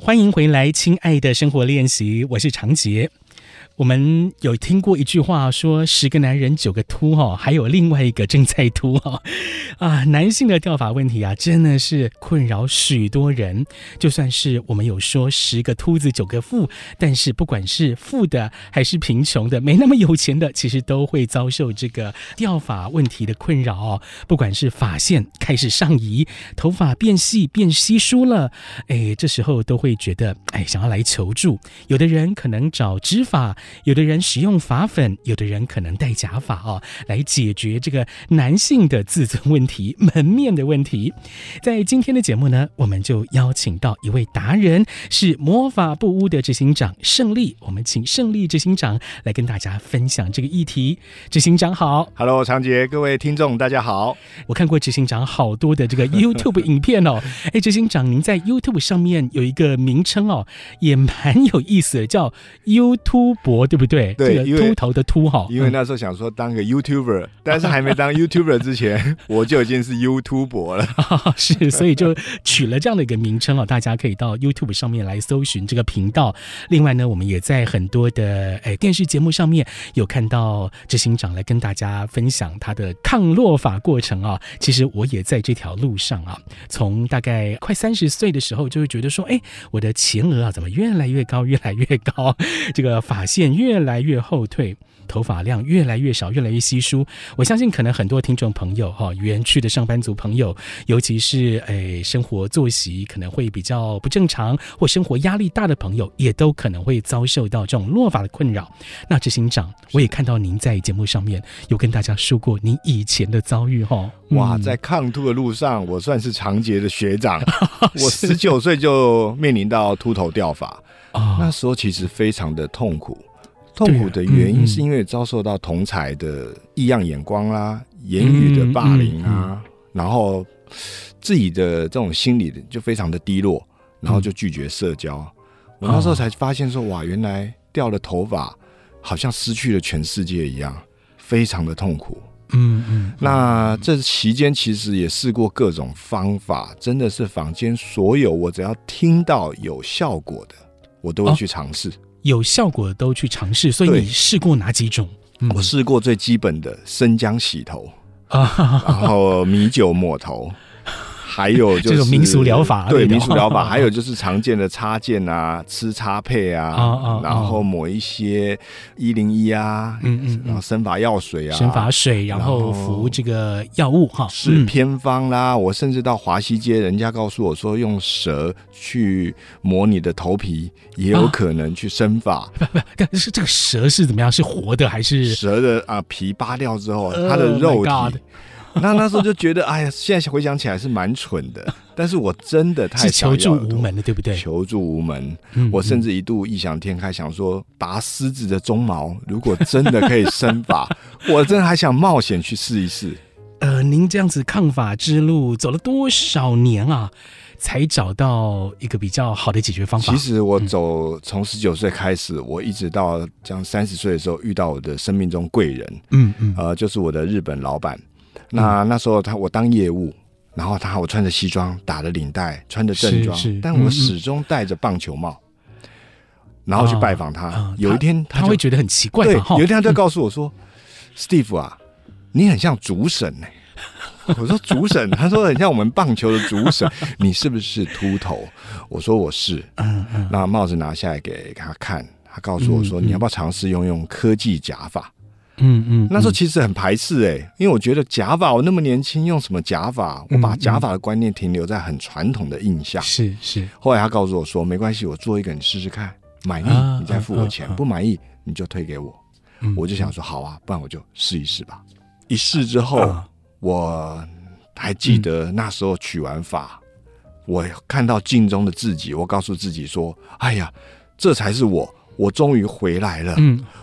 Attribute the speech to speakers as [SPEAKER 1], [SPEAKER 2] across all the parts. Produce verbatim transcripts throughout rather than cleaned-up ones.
[SPEAKER 1] 欢迎回来，亲爱的生活练习，我是长杰。我们有听过一句话说十个男人九个秃哦，还有另外一个正在秃哦。啊，男性的掉发问题啊，真的是困扰许多人。就算是我们有说十个秃子九个富，但是不管是富的还是贫穷的，没那么有钱的，其实都会遭受这个掉发问题的困扰哦。不管是发线开始上移，头发变细变稀疏了，哎，这时候都会觉得哎，想要来求助。有的人可能找植发，有的人使用发粉，有的人可能戴假发哦，来解决这个男性的自尊问题、门面的问题。在今天的节目呢，我们就邀请到一位达人，是魔法布屋的执行长胜利。我们请胜利执行长来跟大家分享这个议题。执行长好。
[SPEAKER 2] Hello 长杰，各位听众大家好。
[SPEAKER 1] 我看过执行长好多的这个 YouTube 影片哦。哎，执行长您在 YouTube 上面有一个名称哦，也蛮有意思的，叫 YouTube，对不对？
[SPEAKER 2] 对，
[SPEAKER 1] 这个秃头的秃哈。
[SPEAKER 2] 因为那时候想说当个 YouTuber，、嗯、但是还没当 YouTuber 之前，我就已经是 YouTuber 了。
[SPEAKER 1] 啊、是，所以就取了这样的一个名称哦，大家可以到 YouTube 上面来搜寻这个频道。另外呢，我们也在很多的诶电视节目上面有看到执行长来跟大家分享他的抗落发过程啊。其实我也在这条路上啊，从大概快三十岁的时候，就会觉得说，哎，我的前额啊怎么越来越高，越来越高，这个发线越来越后退，头发量越来越少，越来越稀疏。我相信可能很多听众朋友哈，园区的上班族朋友，尤其是诶生活作息可能会比较不正常，或生活压力大的朋友，也都可能会遭受到这种落发的困扰。那执行长，我也看到您在节目上面有跟大家说过您以前的遭遇哈。
[SPEAKER 2] 哇，在抗秃的路上，我算是长杰的学长。我十九岁就面临到秃头掉发，哦、那时候其实非常的痛苦。痛苦的原因是因为遭受到同侪的异样眼光啦、言语的霸凌啊，嗯嗯嗯、然后自己的这种心理就非常的低落，然后就拒绝社交。嗯、我那时候才发现说，哇，原来掉了头发好像失去了全世界一样，非常的痛苦。嗯嗯，那这期间其实也试过各种方法，真的是坊间所有我只要听到有效果的，我都会去尝试。哦，
[SPEAKER 1] 有效果的都去尝试，所以你试过哪几种？
[SPEAKER 2] 嗯、我试过最基本的生姜洗头，然后米酒抹头，还有就是
[SPEAKER 1] 这种民俗疗法，
[SPEAKER 2] 对民俗疗法，还有就是常见的插件啊、吃插配啊，
[SPEAKER 1] 哦、
[SPEAKER 2] 然后抹一些一零一啊，嗯嗯，然后生发药水啊，
[SPEAKER 1] 生发水，然后服这个药物哈，
[SPEAKER 2] 是偏方啦。嗯、我甚至到华西街，人家告诉我说，用蛇去磨你的头皮，也有可能去生发。
[SPEAKER 1] 不不，但是这个蛇是怎么样？是活的还是
[SPEAKER 2] 蛇的啊？皮扒掉之后，它的肉体。Oh那那时候就觉得，哎呀，现在回想起来是蛮蠢的，但是我真的太想要了，
[SPEAKER 1] 是求助无门的，对不对？
[SPEAKER 2] 求助无门，嗯、我甚至一度异想天开，想说拔狮子的鬃毛，如果真的可以生发，我真的还想冒险去试一试。
[SPEAKER 1] 呃，您这样子抗发之路走了多少年啊？才找到一个比较好的解决方法。
[SPEAKER 2] 其实我走从十九岁开始，我一直到这样三十岁的时候，遇到我的生命中贵人，嗯嗯，呃，就是我的日本老板。那那时候他我当业务，然后他我穿着西装，打着领带，穿着正装，但我始终戴着棒球帽，嗯、然后去拜访他。哦、有一天他，
[SPEAKER 1] 他会觉得很奇怪
[SPEAKER 2] 对，
[SPEAKER 1] 吧？
[SPEAKER 2] 有一天他就告诉我说、嗯、：“Steve 啊，你很像主审呢、欸。”我说：“主审？”他说：“很像我们棒球的主审。”你是不是秃头？我说：“我是。嗯”嗯，那帽子拿下来给他看，他告诉我说：“嗯嗯、你要不要尝试用用科技假发？”嗯嗯，那时候其实很排斥哎、欸，因为我觉得假发，我那么年轻用什么假发？我把假发的观念停留在很传统的印象。
[SPEAKER 1] 是是。
[SPEAKER 2] 后来他告诉我说，没关系，我做一个你试试看，满意、啊、你再付我钱，啊啊、不满意你就退给我。嗯、我就想说好啊，不然我就试一试吧。一试之后，啊、我还记得那时候取完发，嗯、我看到镜中的自己，我告诉自己说，哎呀，这才是我。我终于回来了，嗯、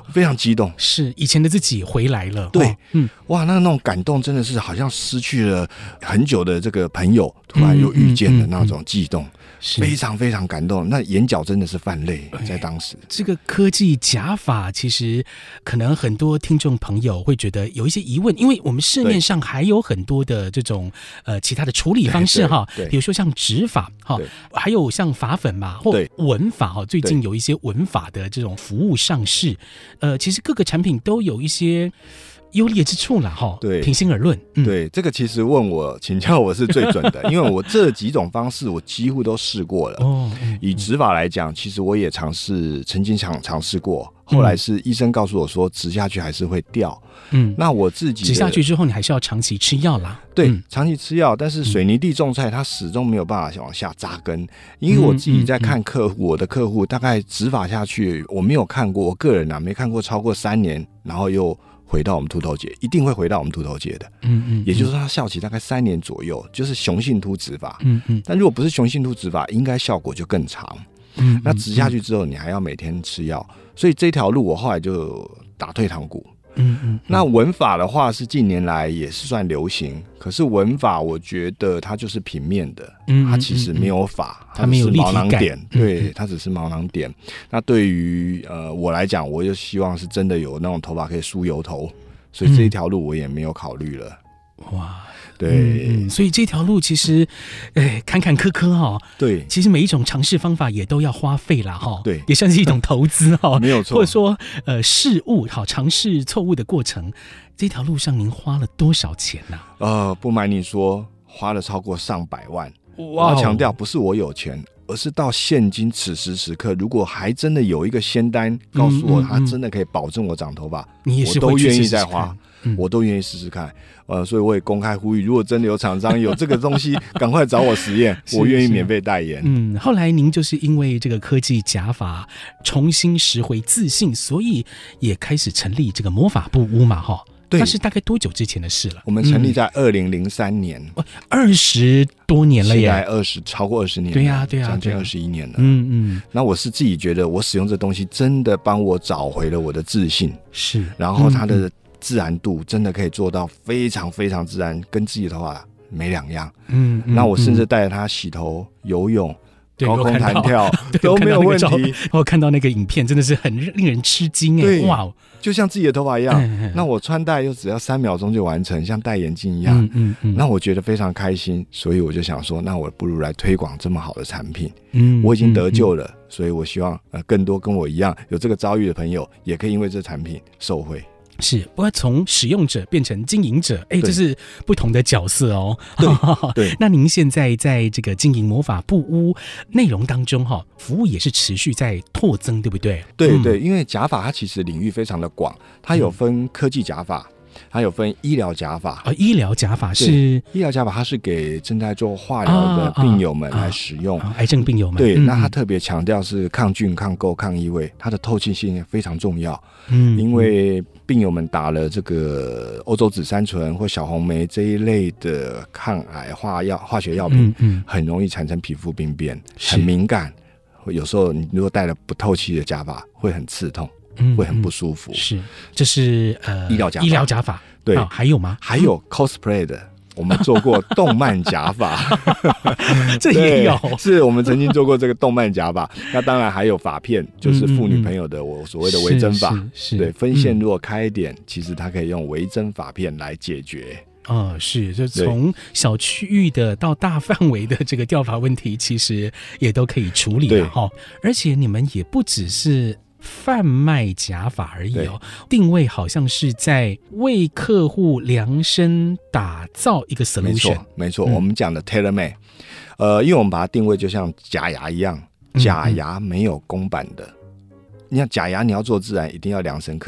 [SPEAKER 2] 非常激动，
[SPEAKER 1] 是以前的自己回来了。
[SPEAKER 2] 对，
[SPEAKER 1] 哦、嗯，
[SPEAKER 2] 哇，那那种感动真的是好像失去了很久的这个朋友，突然又遇见的那种悸动。嗯嗯嗯嗯非常非常感动，那眼角真的是泛泪，在当时。
[SPEAKER 1] 这个科技假发，其实可能很多听众朋友会觉得有一些疑问，因为我们市面上还有很多的这种呃其他的处理方式哈，比如说像植发哈，还有像发粉嘛，或纹发哈，最近有一些纹发的这种服务上市，呃，其实各个产品都有一些优劣之处啦，哈，对，平心而论、
[SPEAKER 2] 嗯，对，这个其实问我请教我是最准的，因为我这几种方式我几乎都试过了。哦，嗯、以植发来讲，其实我也尝试，曾经尝尝试过，后来是医生告诉我说，植下去还是会掉。嗯，那我自己
[SPEAKER 1] 植下去之后，你还是要长期吃药啦。
[SPEAKER 2] 对，嗯、长期吃药，但是水泥地种菜，它始终没有办法往下扎根。因为我自己在看客户，嗯嗯嗯、我的客户大概植发下去，我没有看过，我个人啊没看过超过三年，然后又回到我们秃头节，一定会回到我们秃头节的。嗯 嗯, 嗯，也就是说，它效期大概三年左右，就是雄性秃植发。嗯嗯，但如果不是雄性秃植发，应该效果就更长。嗯，那植下去之后，你还要每天吃药，所以这条路我后来就打退堂鼓。嗯 嗯, 嗯，那纹发的话是近年来也是算流行，可是纹发我觉得它就是平面的，嗯、它其实没有发，
[SPEAKER 1] 它没有立体感，
[SPEAKER 2] 点，对，它只是毛囊点。那对于呃我来讲，我就希望是真的有那种头发可以梳油头，所以这一条路我也没有考虑了。哇。对、
[SPEAKER 1] 嗯，所以这条路其实，哎，坎坎坷坷哈。
[SPEAKER 2] 对，
[SPEAKER 1] 其实每一种尝试方法也都要花费啦哈。
[SPEAKER 2] 对，
[SPEAKER 1] 也算是一种投资哈。
[SPEAKER 2] 没有错。
[SPEAKER 1] 或者说，呃，试误好尝试错误的过程，这条路上您花了多少钱呢、啊？
[SPEAKER 2] 呃，不瞒你说，花了超过上百万。我要强调，不是我有钱。而是到现今此时此刻，如果还真的有一个仙丹告诉我，他真的可以保证我长头发，
[SPEAKER 1] 你也是
[SPEAKER 2] 我都愿意再花，嗯、我都愿意试试看。呃，所以我也公开呼吁，如果真的有厂商有这个东西，赶快找我实验，我愿意免费代言。
[SPEAKER 1] 嗯，后来您就是因为这个科技假发重新拾回自信，所以也开始成立这个魔法布屋嘛，哈。对，那是大概多久之前的事了？
[SPEAKER 2] 我们成立在二零零三年，
[SPEAKER 1] 二十、嗯、多年了耶，
[SPEAKER 2] 现在二十超过二十年了，
[SPEAKER 1] 对呀、啊、对呀、啊，
[SPEAKER 2] 将近二十一年了。
[SPEAKER 1] 嗯嗯，
[SPEAKER 2] 那我是自己觉得，我使用这东西真的帮我找回了我的自信，
[SPEAKER 1] 是，
[SPEAKER 2] 然后它的自然度真的可以做到非常非常自然，跟自己的头发没两样。嗯，那我甚至带着它洗头、游泳。高空弹跳都没有问题。
[SPEAKER 1] 我看到那个影片，真的是很令人吃惊哎！哇，
[SPEAKER 2] 就像自己的头发一样。嗯、那我穿戴又只要三秒钟就完成，像戴眼镜一样。嗯嗯嗯。那我觉得非常开心，所以我就想说，那我不如来推广这么好的产品。嗯，我已经得救了，嗯嗯、所以我希望呃更多跟我一样有这个遭遇的朋友，也可以因为这产品受惠。
[SPEAKER 1] 是，不过从使用者变成经营者，哎，这是不同的角色哦。
[SPEAKER 2] 对对。
[SPEAKER 1] 那您现在在这个经营魔法布屋内容当中，哈，服务也是持续在拓增，对不对？
[SPEAKER 2] 对对，嗯、因为假发它其实领域非常的广，它有分科技假发。它有分医疗假发、
[SPEAKER 1] 哦、医疗假发是
[SPEAKER 2] 医疗假发，它是给正在做化疗的病友们来使用，
[SPEAKER 1] 啊啊啊、癌症病友们。
[SPEAKER 2] 对，
[SPEAKER 1] 嗯、
[SPEAKER 2] 那它特别强调是抗菌、抗垢、抗异味，它的透气性非常重要。嗯，因为病友们打了这个欧洲紫杉醇或小红莓这一类的抗癌化药、化学药品，嗯嗯、很容易产生皮肤病变，很敏感。有时候你如果戴了不透气的假发，会很刺痛。会很不舒服。
[SPEAKER 1] 嗯、是，这是呃
[SPEAKER 2] 医疗假发。
[SPEAKER 1] 医疗假发对、哦，还有吗？
[SPEAKER 2] 还有 cosplay 的，我们做过动漫假发，
[SPEAKER 1] 这也有。
[SPEAKER 2] 是我们曾经做过这个动漫假发。那当然还有发片，就是妇女朋友的我所谓的微针发。
[SPEAKER 1] 是, 是, 是
[SPEAKER 2] 对，分线如果开一点，嗯、其实它可以用微针发片来解决。
[SPEAKER 1] 哦，是，就从小区域的到大范围的这个掉发问题，其实也都可以处理了哈。而且你们也不只是贩卖假发而已哦，定位好像是在为客户量身打造一个 solution。没错，
[SPEAKER 2] 没错，嗯、我们讲的 tailor made， 呃，因为我们把它定位就像假牙一样，假牙没有公版的。嗯嗯你看假牙，你要做自然，一定要量身刻制。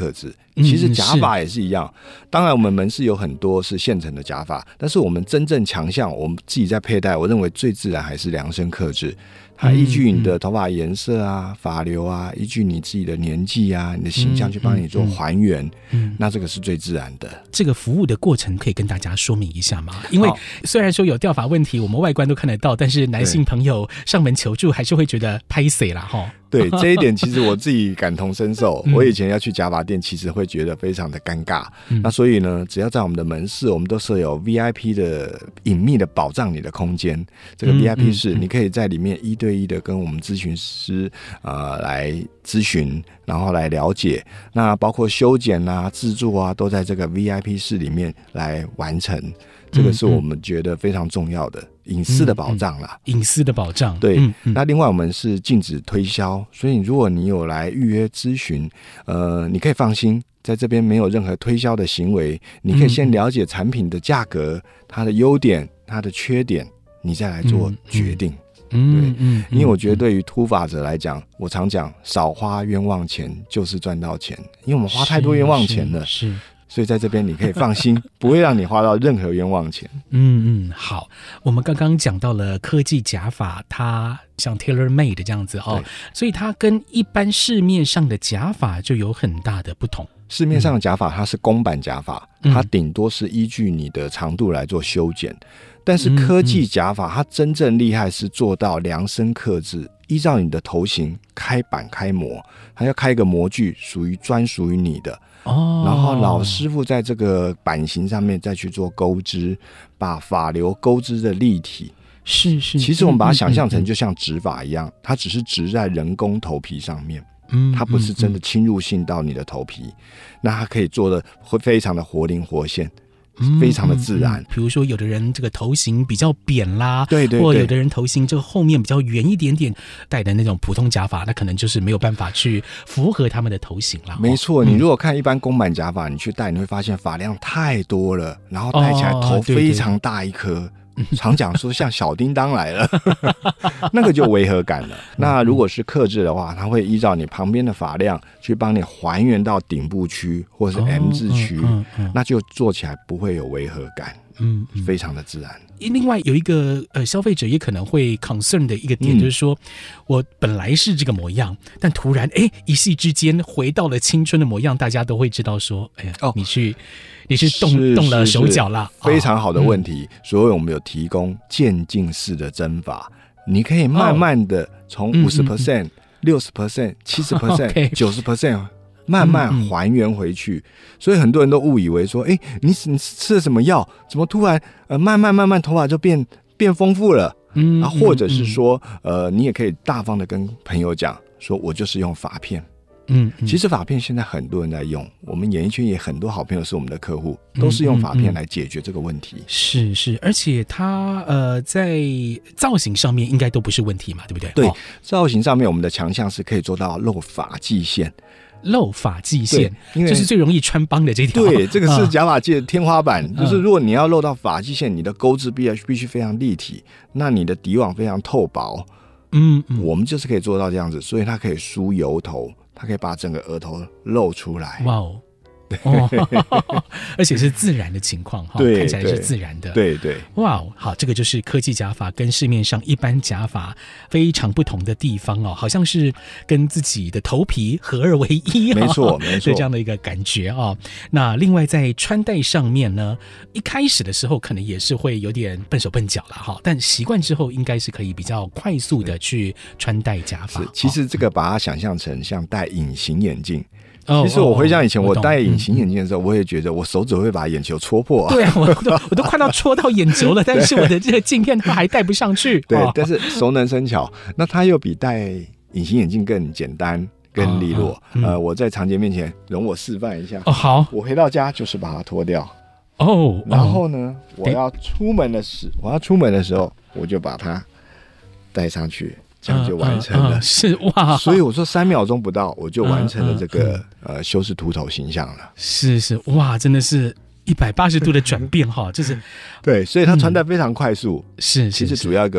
[SPEAKER 2] 其实假发也是一样，嗯、当然我们门市有很多是现成的假发，但是我们真正强项，我们自己在佩戴，我认为最自然还是量身克制。它依据你的头发颜色啊、发流啊，依据你自己的年纪啊、你的形象去帮你做还原，嗯嗯、那这个是最自然的。
[SPEAKER 1] 这个服务的过程可以跟大家说明一下吗？因为虽然说有掉发问题，我们外观都看得到，但是男性朋友上门求助还是会觉得拍谁啦齁。
[SPEAKER 2] 对，这一点其实我自己感同身受。我以前要去假发店，其实会觉得非常的尴尬。嗯、那所以呢，只要在我们的门市，我们都设有 V I P 的隐秘的保障你的空间。这个 V I P 室，你可以在里面一对一的跟我们咨询师呃来咨询，然后来了解。那包括修剪啊、制作啊，都在这个 V I P 室里面来完成。这个是我们觉得非常重要的隐私的保障啦，
[SPEAKER 1] 隐、嗯嗯、私的保障。
[SPEAKER 2] 对、嗯嗯，那另外我们是禁止推销，所以如果你有来预约咨询，呃，你可以放心，在这边没有任何推销的行为，你可以先了解产品的价格、它的优点、它的缺点，你再来做决定。嗯，对，嗯，因为我觉得对于秃发者来讲，我常讲少花冤枉钱就是赚到钱，因为我们花太多冤枉钱了。是。是是所以在这边你可以放心，不会让你花到任何冤枉钱。
[SPEAKER 1] 嗯嗯，好，我们刚刚讲到了科技假发，它像 tailor made 这样子哦，所以它跟一般市面上的假发就有很大的不同。
[SPEAKER 2] 市面上的假发它是公版假发，嗯、它顶多是依据你的长度来做修剪，但是科技假发它真正厉害是做到量身克制，依照你的头型开版开模，它要开一个模具，属于专属于你的。哦，然后老师傅在这个版型上面再去做钩织，把发流钩织的立体。
[SPEAKER 1] 是是，
[SPEAKER 2] 其实我们把它想象成就像植发一样，嗯嗯嗯、它只是植在人工头皮上面，嗯，它不是真的侵入性到你的头皮，嗯嗯、那它可以做的会非常的活灵活现。非常的自然、嗯嗯嗯、
[SPEAKER 1] 比如说有的人这个头型比较扁啦，
[SPEAKER 2] 对对对，
[SPEAKER 1] 或有的人头型这个后面比较圆一点点，戴的那种普通假发，那可能就是没有办法去符合他们的头型啦。
[SPEAKER 2] 没错、哦、你如果看一般公版假发，你去戴你会发现发量太多了，然后戴起来头非常大一颗、哦、对对，常讲说像小叮当来了那个就违和感了。那如果是客制的话，它会依照你旁边的发量去帮你还原到顶部区或是 M 字区、哦嗯嗯嗯、那就做起来不会有违和感，嗯，非常的自然。
[SPEAKER 1] 另外有一个呃消费者也可能会 concern 的一个点、嗯、就是说我本来是这个模样，但突然哎一夕之间回到了青春的模样，大家都会知道说哎呀、哦、你去你是 动, 是动了手脚啦，
[SPEAKER 2] 非常好的问题、哦嗯、所以我们有提供渐进式的针法，你可以慢慢的从 百分之五十、六十、百分之七十、百分之九十 慢慢还原回去、嗯嗯、所以很多人都误以为说哎，你你吃了什么药，怎么突然呃慢慢慢慢头发就变变丰富了，嗯，啊，或者是说呃你也可以大方的跟朋友讲说我就是用发片。嗯, 嗯，其实发片现在很多人在用，我们演艺圈也很多好朋友是我们的客户，都是用发片来解决这个问题。嗯嗯嗯、是
[SPEAKER 1] 是，而且它呃在造型上面应该都不是问题嘛，对不对？
[SPEAKER 2] 对，哦、造型上面我们的强项是可以做到露发际线。
[SPEAKER 1] 露发际线，就是最容易穿帮的这条。
[SPEAKER 2] 对，这个是假发界的天花板、嗯。就是如果你要露到发际线，你的钩织必须必须非常立体，那你的底网非常透薄。嗯, 嗯，我们就是可以做到这样子，所以它可以梳油头。它可以把整个额头露出来，哇哦，
[SPEAKER 1] 哦而且是自然的情况，
[SPEAKER 2] 对，
[SPEAKER 1] 看起来是自然的，
[SPEAKER 2] 对对，
[SPEAKER 1] 哇哦，好，这个就是科技假发跟市面上一般假发非常不同的地方哦，好像是跟自己的头皮合二为一、哦，
[SPEAKER 2] 没错没错，
[SPEAKER 1] 这样的一个感觉哦。那另外在穿戴上面呢，一开始的时候可能也是会有点笨手笨脚啦哈，但习惯之后应该是可以比较快速的去穿戴假发。
[SPEAKER 2] 其实这个把它想象成像戴隐形眼镜。其实我回想以前我戴隐形眼镜的时候，我也觉得我手指会把眼球戳破、啊。
[SPEAKER 1] 对啊，我都我都快到戳到眼球了，但是我的这个镜片它还戴不上去。
[SPEAKER 2] 对，但是熟能生巧，那它又比戴隐形眼镜更简单、更利落。哦嗯、呃，我在长杰面前，容我示范一下。
[SPEAKER 1] 哦，好。
[SPEAKER 2] 我回到家就是把它脱掉。
[SPEAKER 1] 哦。
[SPEAKER 2] 然后呢，我要出门的时，我要出门的时候，我就把它戴上去。这样就完成了，嗯嗯嗯、是哇！所以我说三秒钟不到，我就完成了这个、嗯嗯、呃修饰秃头形象了。
[SPEAKER 1] 是是哇，真的是一百八十度的转变哈，就是
[SPEAKER 2] 对，所以它穿戴非常快速。
[SPEAKER 1] 嗯、是, 是，
[SPEAKER 2] 其实主要一个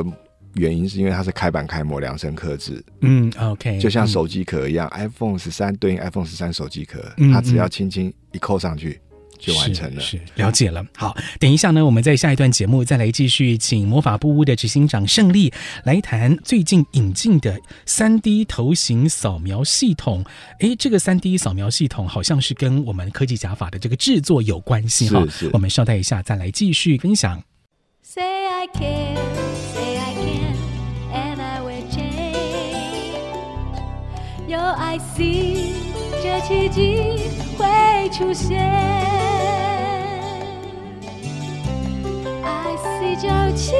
[SPEAKER 2] 原因是因为它是开板开模量身刻制，
[SPEAKER 1] 嗯 ，OK，
[SPEAKER 2] 就像手机壳一样、嗯、，iPhone 十三对应 iPhone 十三手机壳、
[SPEAKER 1] 嗯，
[SPEAKER 2] 它只要轻轻一扣上去就完成了。
[SPEAKER 1] 是, 是了解了。好，等一下呢，我们在下一段节目再来继续请魔法布屋的执行长胜利来谈最近引进的 三 D 头型扫描系统。诶，这个 三 D 扫描系统好像是跟我们科技假发的这个制作有关系哈。我们稍待一下再来继续分享。
[SPEAKER 3] Say I can, say I can, and I will change. 有I see 这奇迹会出现。I see 九七。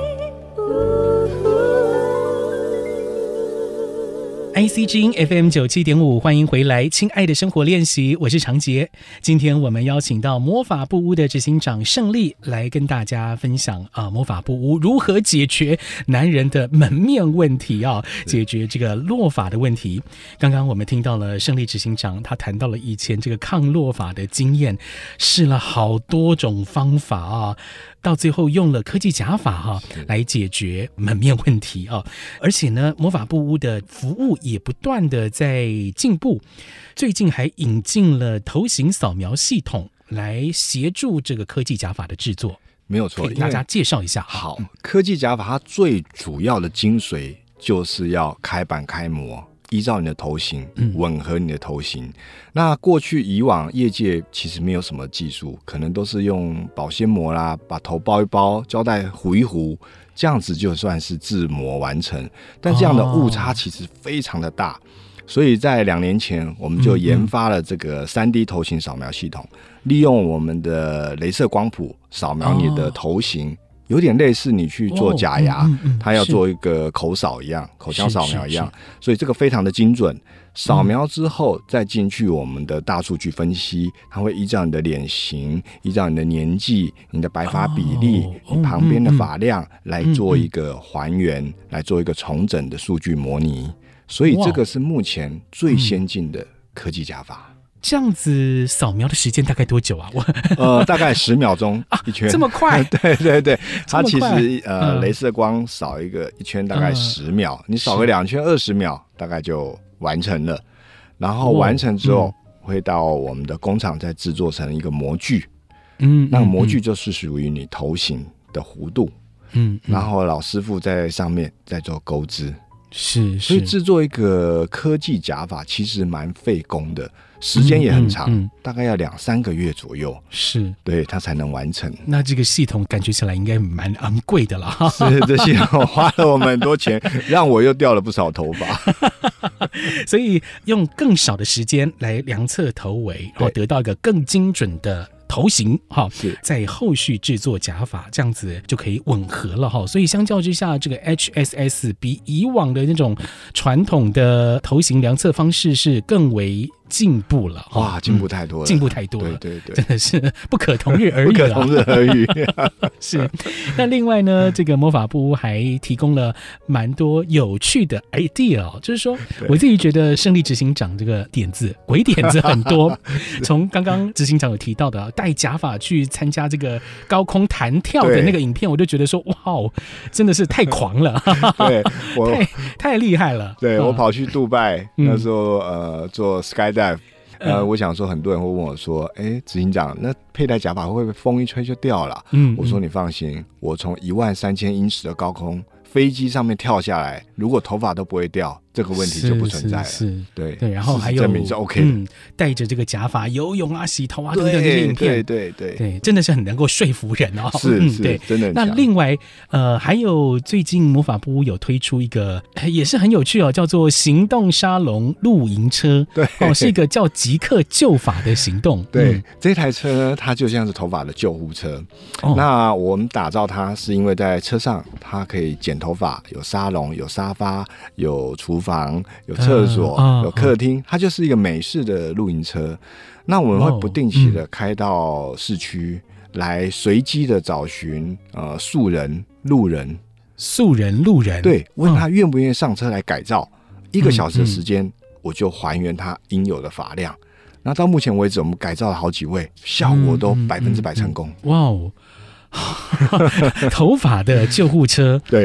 [SPEAKER 1] I C 之音 F M 九七点五，欢迎回来，亲爱的生活练习，我是常杰。今天我们邀请到魔法布屋的执行长胜利来跟大家分享啊、呃，魔法布屋如何解决男人的门面问题啊，解决这个落发的问题。刚刚我们听到了胜利执行长，他谈到了以前这个抗落发的经验，试了好多种方法啊。到最后用了科技假发哈、啊、来解决门面问题啊，而且呢，魔法布屋的服务也不断的在进步，最近还引进了头型扫描系统来协助这个科技假发的制作。
[SPEAKER 2] 没有错，
[SPEAKER 1] 给大家介绍一下。
[SPEAKER 2] 好，科技假发它最主要的精髓就是要开板开模。依照你的头型吻合你的头型、嗯、那过去以往业界其实没有什么技术，可能都是用保鲜膜啦，把头包一包，胶带糊一糊，这样子就算是制模完成，但这样的误差其实非常的大、哦、所以在两年前我们就研发了这个 三 D 头型扫描系统、嗯、利用我们的雷射光谱扫描你的头型、哦，有点类似你去做假牙、哦嗯嗯、它要做一个口扫一样，口腔扫描一样，所以这个非常的精准。扫描之后再进去我们的大数据分析，它会依照你的脸型，依照你的年纪，你的白发比例、哦、你旁边的发量来做一个还原、嗯、来做一个重整的数据模拟，所以这个是目前最先进的科技假发。
[SPEAKER 1] 这样子扫描的时间大概多久啊？我
[SPEAKER 2] 呃，大概十秒钟一圈、啊，
[SPEAKER 1] 这么快？
[SPEAKER 2] 对对对，它其实呃，雷射光扫一个一圈大概十秒，嗯、你扫个两圈二十秒，大概就完成了。然后完成之后，会到我们的工厂再制作成一个模具。嗯，那个模具就是属于你头型的弧度。嗯，然后老师傅在上面再做钩织。
[SPEAKER 1] 是，
[SPEAKER 2] 所以制作一个科技假发其实蛮费工的，时间也很长、嗯嗯嗯、大概要两三个月左右，是对它才能完成。
[SPEAKER 1] 那这个系统感觉起来应该蛮昂贵的啦。
[SPEAKER 2] 是，这系统花了我们很多钱，让我又掉了不少头发。
[SPEAKER 1] 所以用更少的时间来量测头围，然后得到一个更精准的头型哈，在后续制作假发，这样子就可以吻合了哈。所以相较之下，这个 H S S 比以往的那种传统的头型量测方式是更为进步了。
[SPEAKER 2] 哇，进步太多了，
[SPEAKER 1] 进步太多了，
[SPEAKER 2] 对对对，
[SPEAKER 1] 真的是不可同日而语，
[SPEAKER 2] 不可同日而语。
[SPEAKER 1] 是。那另外呢，这个魔法布屋还提供了蛮多有趣的 idea 哦，就是说我自己觉得胜利执行长这个点子鬼点子很多，从刚刚执行长有提到的戴假发去参加这个高空弹跳的那个影片，我就觉得说哇，真的是太狂了，对，我太太厉害了。
[SPEAKER 2] 对、嗯、我跑去杜拜、嗯、那时候呃做 skydive。呃，我想说，很多人会问我说：“哎，执行长，那佩戴假发会不会风一吹就掉了？”嗯，我说你放心，我从一万三千英尺的高空飞机上面跳下来，如果头发都不会掉，这个问题就不存在了。是，是是对对，
[SPEAKER 1] 然后还有
[SPEAKER 2] 证明是 OK 的，
[SPEAKER 1] 嗯，带着这个假发游泳啊、洗头啊等等这些影片，
[SPEAKER 2] 对对对
[SPEAKER 1] 对, 对，真的是很能够说服人哦。
[SPEAKER 2] 是是，嗯、对，真的很强。
[SPEAKER 1] 那另外，呃，还有最近魔法布屋有推出一个也是很有趣哦，叫做行动沙龙露营车，对，哦，是一个叫即刻救发的行动。
[SPEAKER 2] 对，嗯、这台车呢，它就像是头发的救护车。哦、那我们打造它是因为在车上它可以剪头发，有沙龙，有沙发，有厨房，有厕所、呃、有客厅、呃、它就是一个美式的露营车。那我们会不定期的开到市区、嗯、来随机的找寻呃素人路人
[SPEAKER 1] 素人路人，
[SPEAKER 2] 对，问他愿不愿意上车来改造、嗯、一个小时的时间、嗯、我就还原他应有的发量。那到目前为止我们改造了好几位，效果都百分之百成功、
[SPEAKER 1] 嗯嗯嗯、哇哦头发的救护车，
[SPEAKER 2] 对，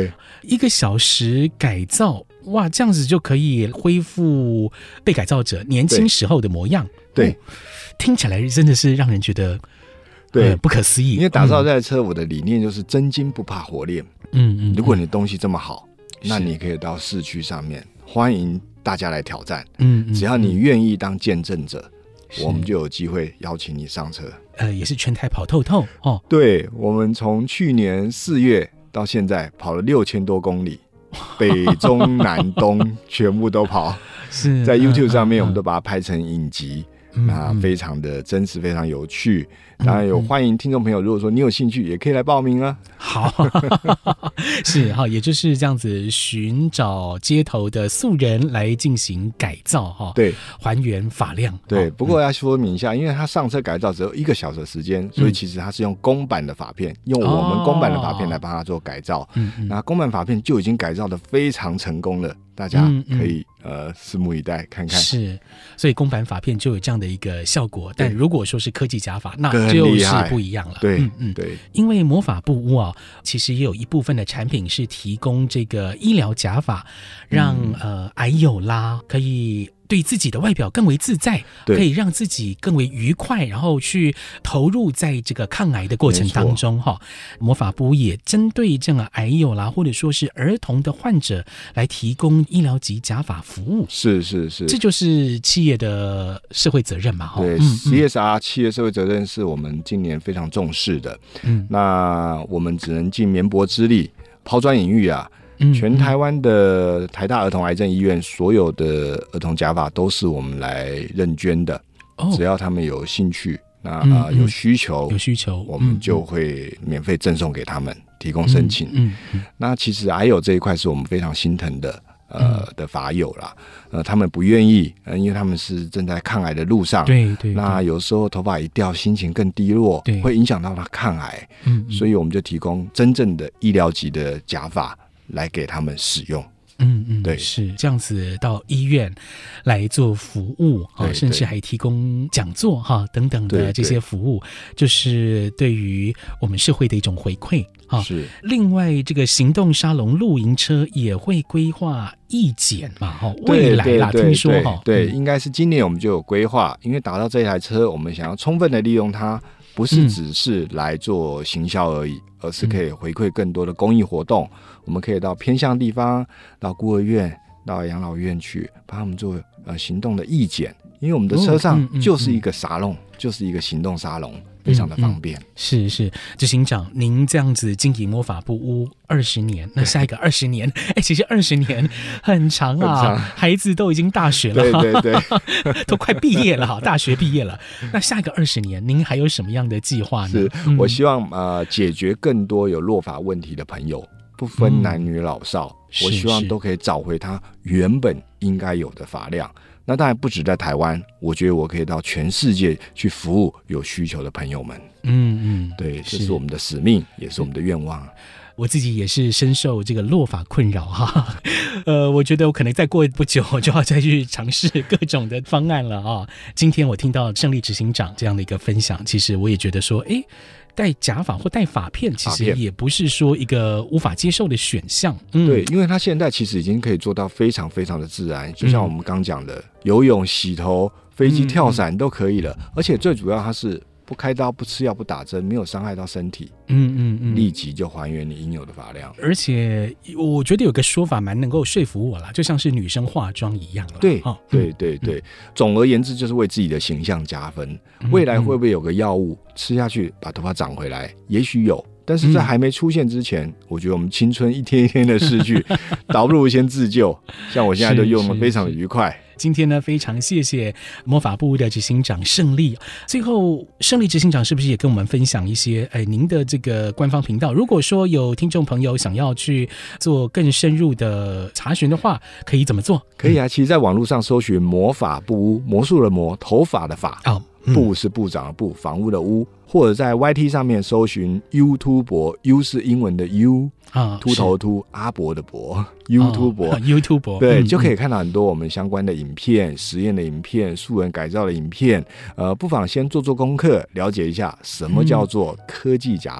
[SPEAKER 1] 一个小时改造，哇，这样子就可以恢复被改造者年轻时候的模样。
[SPEAKER 2] 对，
[SPEAKER 1] 哦、听起来真的是让人觉得
[SPEAKER 2] 对、呃、
[SPEAKER 1] 不可思议。
[SPEAKER 2] 因为打造这台车，我的理念就是真金不怕火炼。嗯嗯，如果你的东西这么好，那你可以到市区上面，欢迎大家来挑战。嗯, 嗯，只要你愿意当见证者，我们就有机会邀请你上车。
[SPEAKER 1] 呃，也是全台跑透透哦。
[SPEAKER 2] 对，我们从去年四月到现在跑了六千多公里，北中南东全部都跑。是在 YouTube 上面，我们都把它拍成影集。那非常的真实，非常有趣。当然有欢迎听众朋友，如果说你有兴趣，也可以来报名啊。
[SPEAKER 1] 好，是哈，也就是这样子寻找街头的素人来进行改造哈，
[SPEAKER 2] 对，
[SPEAKER 1] 还原发量。
[SPEAKER 2] 对，不过要说明一下，因为他上车改造只有一个小时的时间，所以其实他是用公版的发片，用我们公版的发片来帮他做改造。嗯，那公版发片就已经改造的非常成功了。大家可以、嗯嗯、呃拭目以待看看。
[SPEAKER 1] 是，所以公版发片就有这样的一个效果，但如果说是科技假发，那就是不一样了。
[SPEAKER 2] 对，嗯嗯，对。
[SPEAKER 1] 因为魔法布屋啊，其实也有一部分的产品是提供这个医疗假发，让、嗯、呃癌友啦可以对自己的外表更为自在，可以让自己更为愉快，然后去投入在这个抗癌的过程当中哈。魔法部也针对这样癌友啦，或者说是儿童的患者来提供医疗级假发服务。
[SPEAKER 2] 是是是，
[SPEAKER 1] 这就是企业的社会责任嘛。
[SPEAKER 2] 对、嗯、C S R 企业社会责任是我们今年非常重视的。嗯，那我们只能尽绵薄之力，抛砖引玉啊。全台湾的台大儿童癌症医院所有的儿童假发都是我们来认捐的，哦、只要他们有兴趣，那、嗯呃、有需求，
[SPEAKER 1] 有需求，
[SPEAKER 2] 我们就会免费赠送给他们，提供申请。嗯嗯嗯、那其实癌友这一块是我们非常心疼的，呃、嗯、的法友啦，呃，他们不愿意，呃，因为他们是正在抗癌的路上，
[SPEAKER 1] 对 对, 对，
[SPEAKER 2] 那有时候头发一掉，心情更低落，对，会影响到他抗癌，嗯嗯，所以我们就提供真正的医疗级的假发。来给他们使用，
[SPEAKER 1] 嗯嗯，对，是这样子到医院来做服务啊，甚至还提供讲座哈等等的这些服务，就是对于我们社会的一种回馈啊。是，另外这个行动沙龙露营车也会规划义检嘛，哈，未来啦，听说哈，
[SPEAKER 2] 对，应该是今年我们就有规划，因为打造这台车，我们想要充分的利用它。不是只是来做行销而已、嗯、而是可以回馈更多的公益活动、嗯、我们可以到偏向地方，到孤儿院，到养老院去帮他们做、呃、行动的义检，因为我们的车上就是一个沙龙、哦嗯嗯嗯、就是一个行动沙龙，非常的方便。嗯嗯、是
[SPEAKER 1] 是，执行长，您这样子经营魔法布屋二十年，那下一个二十年，哎，其实二十年很长啊，长孩子都已经大学了，
[SPEAKER 2] 对对对，
[SPEAKER 1] 都快毕业了哈，大学毕业了。那下一个二十年，您还有什么样的计划呢？
[SPEAKER 2] 是、嗯、我希望呃解决更多有落发问题的朋友，不分男女老少，嗯、我希望都可以找回他原本应该有的发量。那当然不止在台湾，我觉得我可以到全世界去服务有需求的朋友们。嗯嗯，对，这是我们的使命，也是我们的愿望。
[SPEAKER 1] 我自己也是深受这个落发困扰哈，呃，我觉得我可能再过不久就要再去尝试各种的方案了啊。今天我听到胜利执行长这样的一个分享，其实我也觉得说，哎，戴假发或戴发片其实也不是说一个无法接受的选项。
[SPEAKER 2] 嗯、对，因为它现在其实已经可以做到非常非常的自然，就像我们刚讲的、嗯、游泳、洗头、飞机跳伞都可以了、嗯、而且最主要它是不开刀、不吃药、不打针，没有伤害到身体，嗯嗯嗯，立即就还原你应有的发量。
[SPEAKER 1] 而且我觉得有个说法蛮能够说服我啦，就像是女生化妆一样啦。
[SPEAKER 2] 对、哦、对对对、嗯，总而言之就是为自己的形象加分。嗯、未来会不会有个药物吃下去把头发长回来？也许有。但是在还没出现之前、嗯、我觉得我们青春一天一天的逝去，倒不如先自救。像我现在都用得非常的愉快。
[SPEAKER 1] 今天呢，非常谢谢魔法部的执行长胜利。最后，胜利执行长是不是也跟我们分享一些哎您的这个官方频道？如果说有听众朋友想要去做更深入的查询的话，可以怎么做？
[SPEAKER 2] 可以啊，其实在网络上搜寻魔法部屋，魔术的魔，头发的发，哦嗯、部是部长的部，房屋的屋。或者在 Y T 上面搜寻 YouTuber，U 是英文的 U，、啊、秃头秃阿伯的伯 YouTuber、
[SPEAKER 1] 哦、YouTuber
[SPEAKER 2] 对、
[SPEAKER 1] 嗯，
[SPEAKER 2] 就可以看到很多我们相关的影片、实验的影片、素人改造的影片。呃，不妨先做做功课，了解一下什么叫做科技假发。嗯，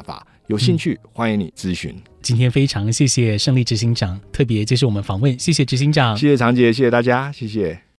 [SPEAKER 2] 有兴趣、嗯、欢迎你咨询。
[SPEAKER 1] 今天非常谢谢胜利执行长特别接受我们访问，谢谢执行长。
[SPEAKER 2] 谢谢长杰，谢谢大家，谢谢。